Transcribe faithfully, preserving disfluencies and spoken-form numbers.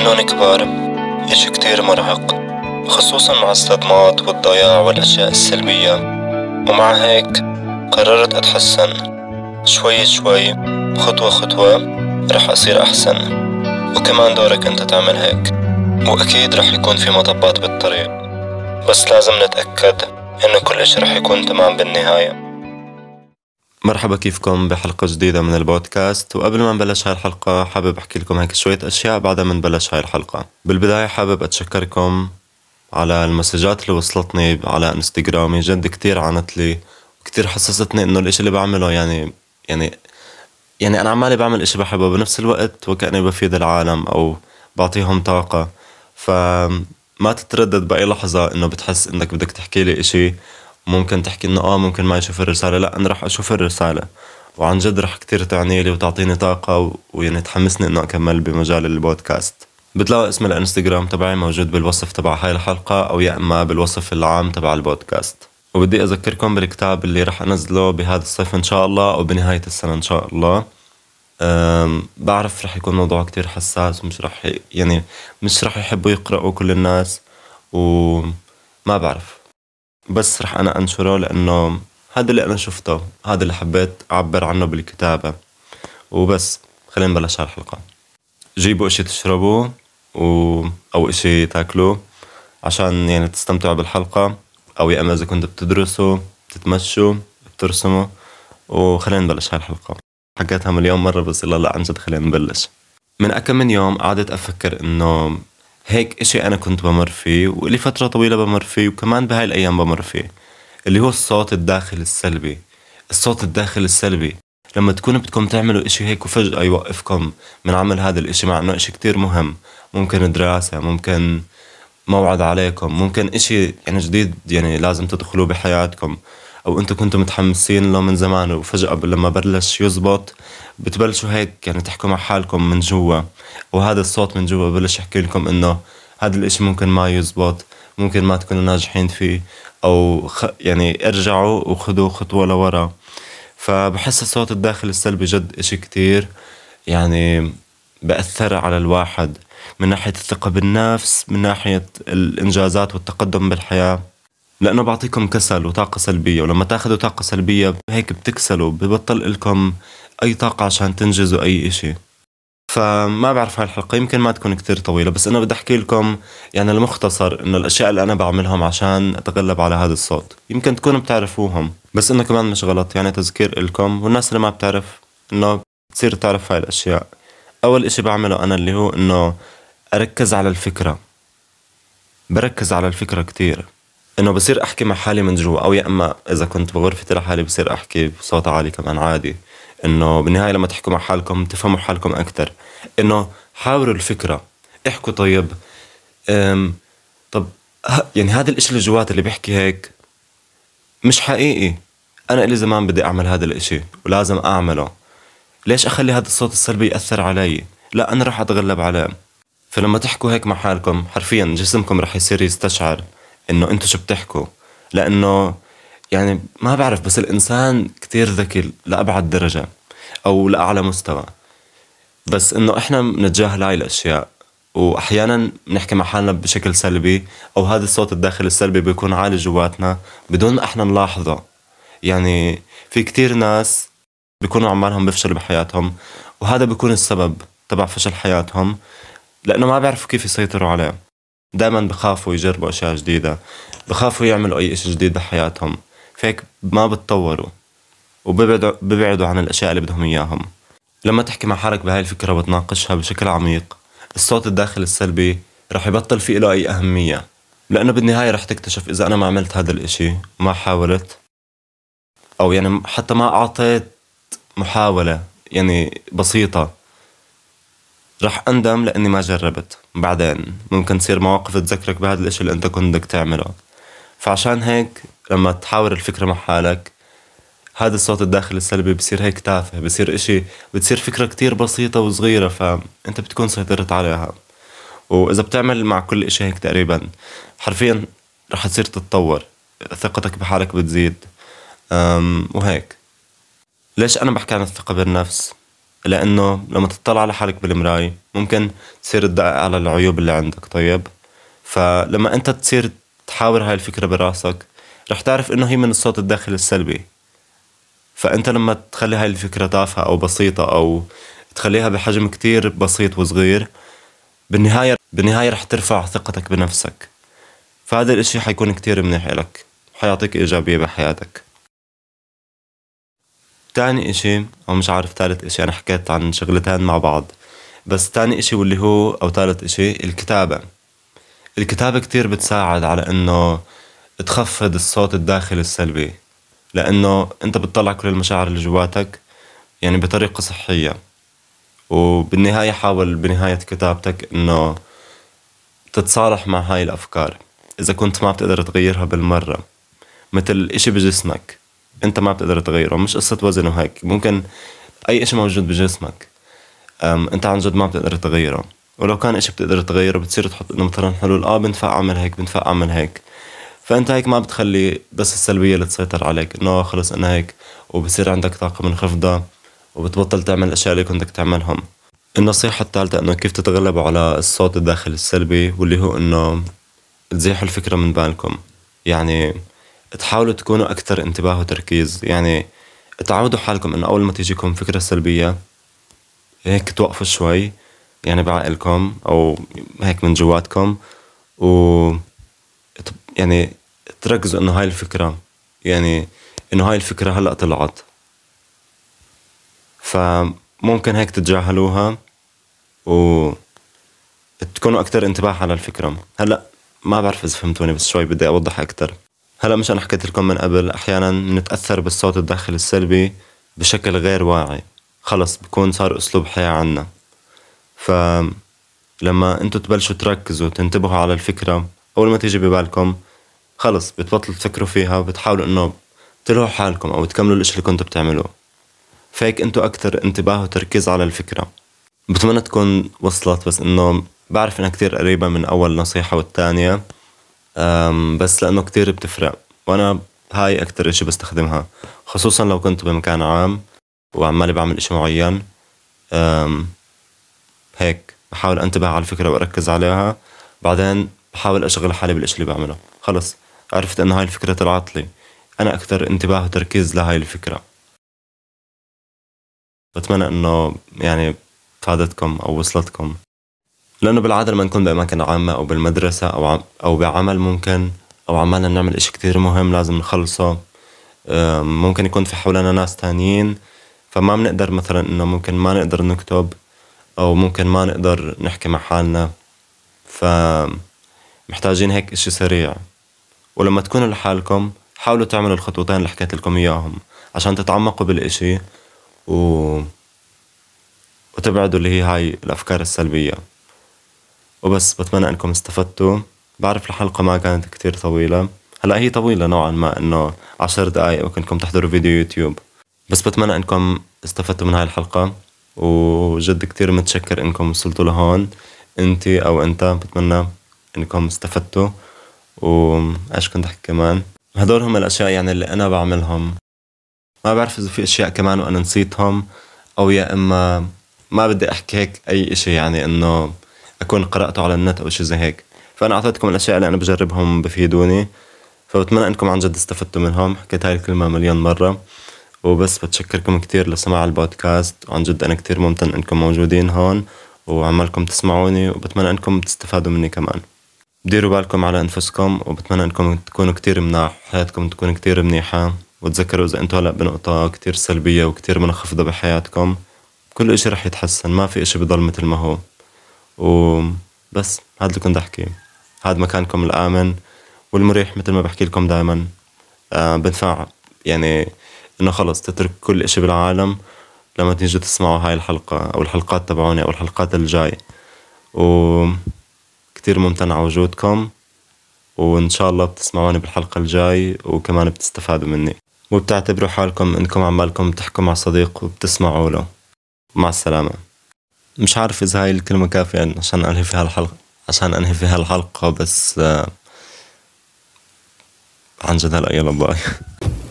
إنهم كبار إشي كتير مرهق، خصوصا مع الصدمات والضياع والأشياء السلبية. ومع هيك قررت أتحسن شوي شوي، خطوة خطوة رح أصير أحسن. وكمان دورك أنت تعمل هيك، وأكيد رح يكون في مطبات بالطريق، بس لازم نتأكد إنه كل إشي رح يكون تمام بالنهاية. مرحبا، كيفكم بحلقة جديدة من البودكاست. وقبل ما نبلش هاي الحلقة حابب أحكي لكم هيك شوية أشياء بعدها ما نبلش هاي الحلقة. بالبداية حابب أتشكركم على المسجات اللي وصلتني على انستغرامي، جد كتير عانت لي وكتير حسستني إنه الإشي اللي بعمله يعني يعني يعني أنا عمالي بعمل إشي بحبه بنفس الوقت، وكأني بفيد العالم أو بعطيهم طاقة. فما تتردد بأي لحظة إنه بتحس إنك بدك تحكي لي إشي، ممكن تحكي إنه آه ممكن ما يشوف الرسالة، لا أنا رح أشوف الرسالة، وعن جد رح كتير تعني لي وتعطيني طاقة و... ويعني تحمسني إنه أكمل بمجال البودكاست. بتلاقوا اسم الانستغرام تبعي موجود بالوصف تبع هاي الحلقة، أو يا إما بالوصف العام تبع البودكاست. وبدي أذكركم بالكتاب اللي رح أنزله بهذا الصيف إن شاء الله، أو بنهاية السنة إن شاء الله. أم بعرف رح يكون موضوع كتير حساس، ومش رح ي... يعني مش رح يحبوا يقرأوا كل الناس، وما بعرف، بس رح أنا أنشره لأنه هذا اللي أنا شفته، هذا اللي حبيت أعبر عنه بالكتابة. وبس خلينا نبلش على الحلقة. جيبوا إشي تشربوه و... أو إشي تاكلوه عشان يعني تستمتعوا بالحلقة، أو يا أما إذا كنتوا بتدرسوا تتمشوا بترسموا. وخلينا نبلش هاي الحلقة. حكيتها مليون مرة بس لا لا عن جد خلينا نبلش. من أكم من يوم قعدت أفكر إنه هيك إشي أنا كنت بمر فيه، وإلي فترة طويلة بمر فيه، وكمان بهاي الأيام بمر فيه، اللي هو الصوت الداخل السلبي. الصوت الداخل السلبي لما تكونوا بدكم تعملوا إشي هيك وفجأة يوقفكم من عمل هذا الإشي، مع إنه إشي كتير مهم، ممكن دراسة، ممكن موعد عليكم، ممكن إشي يعني جديد يعني لازم تدخلوا بحياتكم، أو أنتوا كنتوا متحمسين له من زمان وفجأة لما بلش يزبط بتبلشوا هيك يعني تحكوا مع حالكم من جوا، وهذا الصوت من جوا بلش يحكي لكم إنه هذا الإشي ممكن ما يزبط، ممكن ما تكونوا ناجحين فيه، أو خ... يعني ارجعوا وخذوا خطوة لورا. فبحس الصوت الداخلي السلبي جد إشي كتير يعني بأثر على الواحد، من ناحية الثقة بالنفس، من ناحية الإنجازات والتقدم بالحياة، لأنه بعطيكم كسل وطاقة سلبية. ولما تاخدوا طاقة سلبية هيك بتكسلوا، ببطل لكم أي طاقة عشان تنجزوا أي إشي. فما بعرف هاي الحلقة يمكن ما تكون كتير طويلة، بس أنا بدي أحكي لكم يعني المختصر إنه الأشياء اللي أنا بعملهم عشان أتغلب على هذا الصوت. يمكن تكونوا بتعرفوهم، بس إنه كمان مش غلط، يعني تذكير لكم والناس اللي ما بتعرف إنه تصير تعرف هاي الأشياء. أول إشي بعمله أنا اللي هو إنه أركز على الفكرة. بركز على الفكرة كتير، إنه بصير أحكي مع حالي من جوا، أو يا إما إذا كنت بغرفتي لحالي بصير أحكي بصوت عالي كمان عادي. إنه بالنهاية لما تحكوا مع حالكم تفهموا حالكم أكتر. إنه حاوروا الفكرة، احكوا طيب أم طب ه- يعني هذا الإشي اللي جوات اللي بيحكي هيك مش حقيقي. أنا إلي زمان بدي أعمل هذا الإشي ولازم أعمله، ليش أخلي هذا الصوت السلبي يأثر علي؟ لا أنا رح أتغلب عليه. فلما تحكوا هيك مع حالكم حرفيا جسمكم رح يصير يستشعر إنه أنتوا شو بتحكوا، لأنه يعني ما بعرف، بس الإنسان كتير ذكي لأبعد درجة أو لأعلى مستوى، بس إنه إحنا بنتجاهل هاي الأشياء، وأحيانا بنحكي مع حالنا بشكل سلبي، أو هذا الصوت الداخلي السلبي بيكون عالي جواتنا بدون ما إحنا نلاحظه. يعني في كتير ناس بيكونوا عمالهم بيفشلوا بحياتهم، وهذا بيكون السبب تبع فشل حياتهم، لأنه ما بيعرفوا كيف يسيطروا عليه. دائما بخافوا يجربوا أشياء جديدة، بخافوا يعملوا أي إشي جديد بحياتهم، فيك ما بتطوروا وببعدوا ببعدوا عن الأشياء اللي بدهم إياهم. لما تحكي مع حالك بهاي الفكرة وتناقشها بشكل عميق، الصوت الداخلي السلبي رح يبطل فيه له أي أهمية، لأنه بالنهاية رح تكتشف إذا أنا ما عملت هذا الإشي وما حاولت، أو يعني حتى ما أعطيت محاولة يعني بسيطة، رح أندم لأني ما جربت. بعدين ممكن تصير مواقف تذكرك بهذا الإشي اللي أنت كنت بدك تعمله. فعشان هيك لما تحاور الفكرة مع حالك، هذا الصوت الداخلي السلبي بصير هيك تافه، بصير إشي، بتصير فكرة كتير بسيطة وصغيرة، فأنت بتكون سيطرت عليها. وإذا بتعمل مع كل إشي هيك تقريبا حرفيا رح تصير تتطور، ثقتك بحالك بتزيد. أم وهيك. ليش أنا بحكي عن الثقة بالنفس؟ لأنه لما تطلع على حالك بالمراية ممكن تصير تدقق على العيوب اللي عندك. طيب، فلما أنت تصير تحاور هاي الفكرة براسك رح تعرف إنه هي من الصوت الداخلي السلبي. فأنت لما تخلي هاي الفكرة تافهة أو بسيطة أو تخليها بحجم كتير بسيط وصغير، بالنهاية بالنهاية رح ترفع ثقتك بنفسك. فهذا الاشي حيكون كتير منيح إلك، حيعطيك إيجابية بحياتك. تاني اشي، او مش عارف تالت اشي، انا حكيت عن شغلتين مع بعض، بس تاني اشي واللي هو او تالت اشي الكتابة. الكتابة كتير بتساعد على انه تخفض الصوت الداخلي السلبي، لانه انت بتطلع كل المشاعر اللي جواتك يعني بطريقة صحية. وبالنهاية حاول بنهاية كتابتك انه تتصالح مع هاي الافكار اذا كنت ما بتقدر تغيرها بالمرة. مثل اشي بجسمك انت ما بتقدر تغيره، مش قصة وزن وهيك، ممكن اي اشي موجود بجسمك أم انت عن جد ما بتقدر تغيره. ولو كان اشي بتقدر تغيره بتصير تحط انه مثلا حلول، اه بنفع اعمل هيك بنفع اعمل هيك. فانت هيك ما بتخلي بس السلبية اللي تسيطر عليك، انه خلص انا هيك، وبصير عندك طاقة منخفضة وبتبطل تعمل الاشياء اللي كنتك تعملهم. النصيحة الثالثة انه كيف تتغلبوا على الصوت الداخلي السلبي، واللي هو انه تزيحوا الفكرة من بالكم. يعني تحاولوا تكونوا أكثر انتباه وتركيز. يعني تعودوا حالكم إنه أول ما تيجيكم فكرة سلبية هيك توقفوا شوي، يعني بعقلكم أو هيك من جواتكم، و يعني تركزوا إنه هاي الفكرة، يعني إنه هاي الفكرة هلأ طلعت، فممكن هيك تتجاهلوها وتكونوا أكثر انتباه على الفكرة. هلأ ما بعرف إذا فهمتوني، بس شوي بدي أوضح أكثر. هلا مش أنا حكيت لكم من قبل أحيانا نتأثر بالصوت الداخلي السلبي بشكل غير واعي، خلص بكون صار أسلوب حياة عنا. فلما أنتوا تبلشوا تركزوا تنتبهوا على الفكرة أول ما تيجي ببالكم، خلص بتبطلوا تفكروا فيها وبتحاولوا إنه تلهوا حالكم أو تكملوا الإشي اللي كنتوا بتعملوه. فهيك أنتوا أكتر انتباه وتركيز على الفكرة. بتمنى تكون وصلت، بس إنه بعرف إنها كتير قريبة من أول نصيحة والتانية، أم بس لأنه كتير بتفرق، وأنا هاي أكتر إشي بستخدمها، خصوصا لو كنت بمكان عام وعمالي بعمل إشي معين. أم هيك بحاول أنتبه على الفكرة وأركز عليها، بعدين بحاول أشغل حالي بالإشي اللي بعمله. خلص عرفت إنه هاي الفكرة طلعت لي، أنا أكتر انتباه وتركيز لهاي الفكرة. بتمنى إنه يعني فادتكم أو وصلتكم، لأنه بالعادة لما نكون بأماكن عامة أو بالمدرسة أو عم أو بعمل ممكن، أو عمالنا نعمل إشي كتير مهم لازم نخلصه، ممكن يكون في حولنا ناس تانيين، فما بنقدر مثلا إنه ممكن ما نقدر نكتب أو ممكن ما نقدر نحكي مع حالنا، فمحتاجين هيك إشي سريع. ولما تكونوا لحالكم حاولوا تعملوا الخطوتين اللي حكيت لكم إياهم عشان تتعمقوا بالإشي و... وتبعدوا اللي هي هاي الأفكار السلبية. وبس بتمنى انكم استفدتوا. بعرف الحلقة ما كانت كتير طويلة، هلا هي طويلة نوعا ما، انه عشر دقايق وكنكم تحضروا فيديو يوتيوب، بس بتمنى انكم استفدتوا من هاي الحلقة، وجد كتير متشكر انكم وصلتوا لهون. انتي او انت بتمنى انكم استفدتوا. وايش كنت احكي كمان، هدول هم الاشياء يعني اللي انا بعملهم. ما بعرف اذا في اشياء كمان وانا نسيتهم، او يا اما ما بدي احكي هيك اي اشي يعني انه اكون قرأته على النت او شي زي هيك. فانا اعطيتكم الاشياء اللي انا بجربهم بفيدوني، فبتمنى انكم عن جد استفدتوا منهم. حكيت هاي الكلمة مليون مرة، وبس بتشكركم كتير لسماع البودكاست، وعن جد انا كتير ممتن انكم موجودين هون وعمالكم تسمعوني، وبتمنى انكم تستفادوا مني كمان. ديروا بالكم على انفسكم، وبتمنى انكم تكونوا كتير مناح، حياتكم تكون كتير منيحة. وتذكروا اذا انتوا هلا بنقطة كتير سلبية وكتير منخفضة بحياتكم، كل اشي رح يتحسن، ما في اشي بضل مثل ما هو. وبس هذا اللي كنت احكي. هذا مكانكم الآمن والمريح مثل ما بحكي لكم دائما. آه بنفع يعني انه خلص تترك كل اشي بالعالم لما تيجوا تسمعوا هاي الحلقة او الحلقات تبعوني او الحلقات الجاي. وكتير ممتن على وجودكم، وان شاء الله بتسمعوني بالحلقة الجاي وكمان بتستفادوا مني، وبتعتبروا حالكم انكم عمالكم تحكوا مع صديق وبتسمعوا له. مع السلامة. مش عارف إذا هاي الكلمة كافية عشان أنهي فيها الحلقة عشان أنهي فيها الحلقة بس آه، عن جد هلا يلا باي.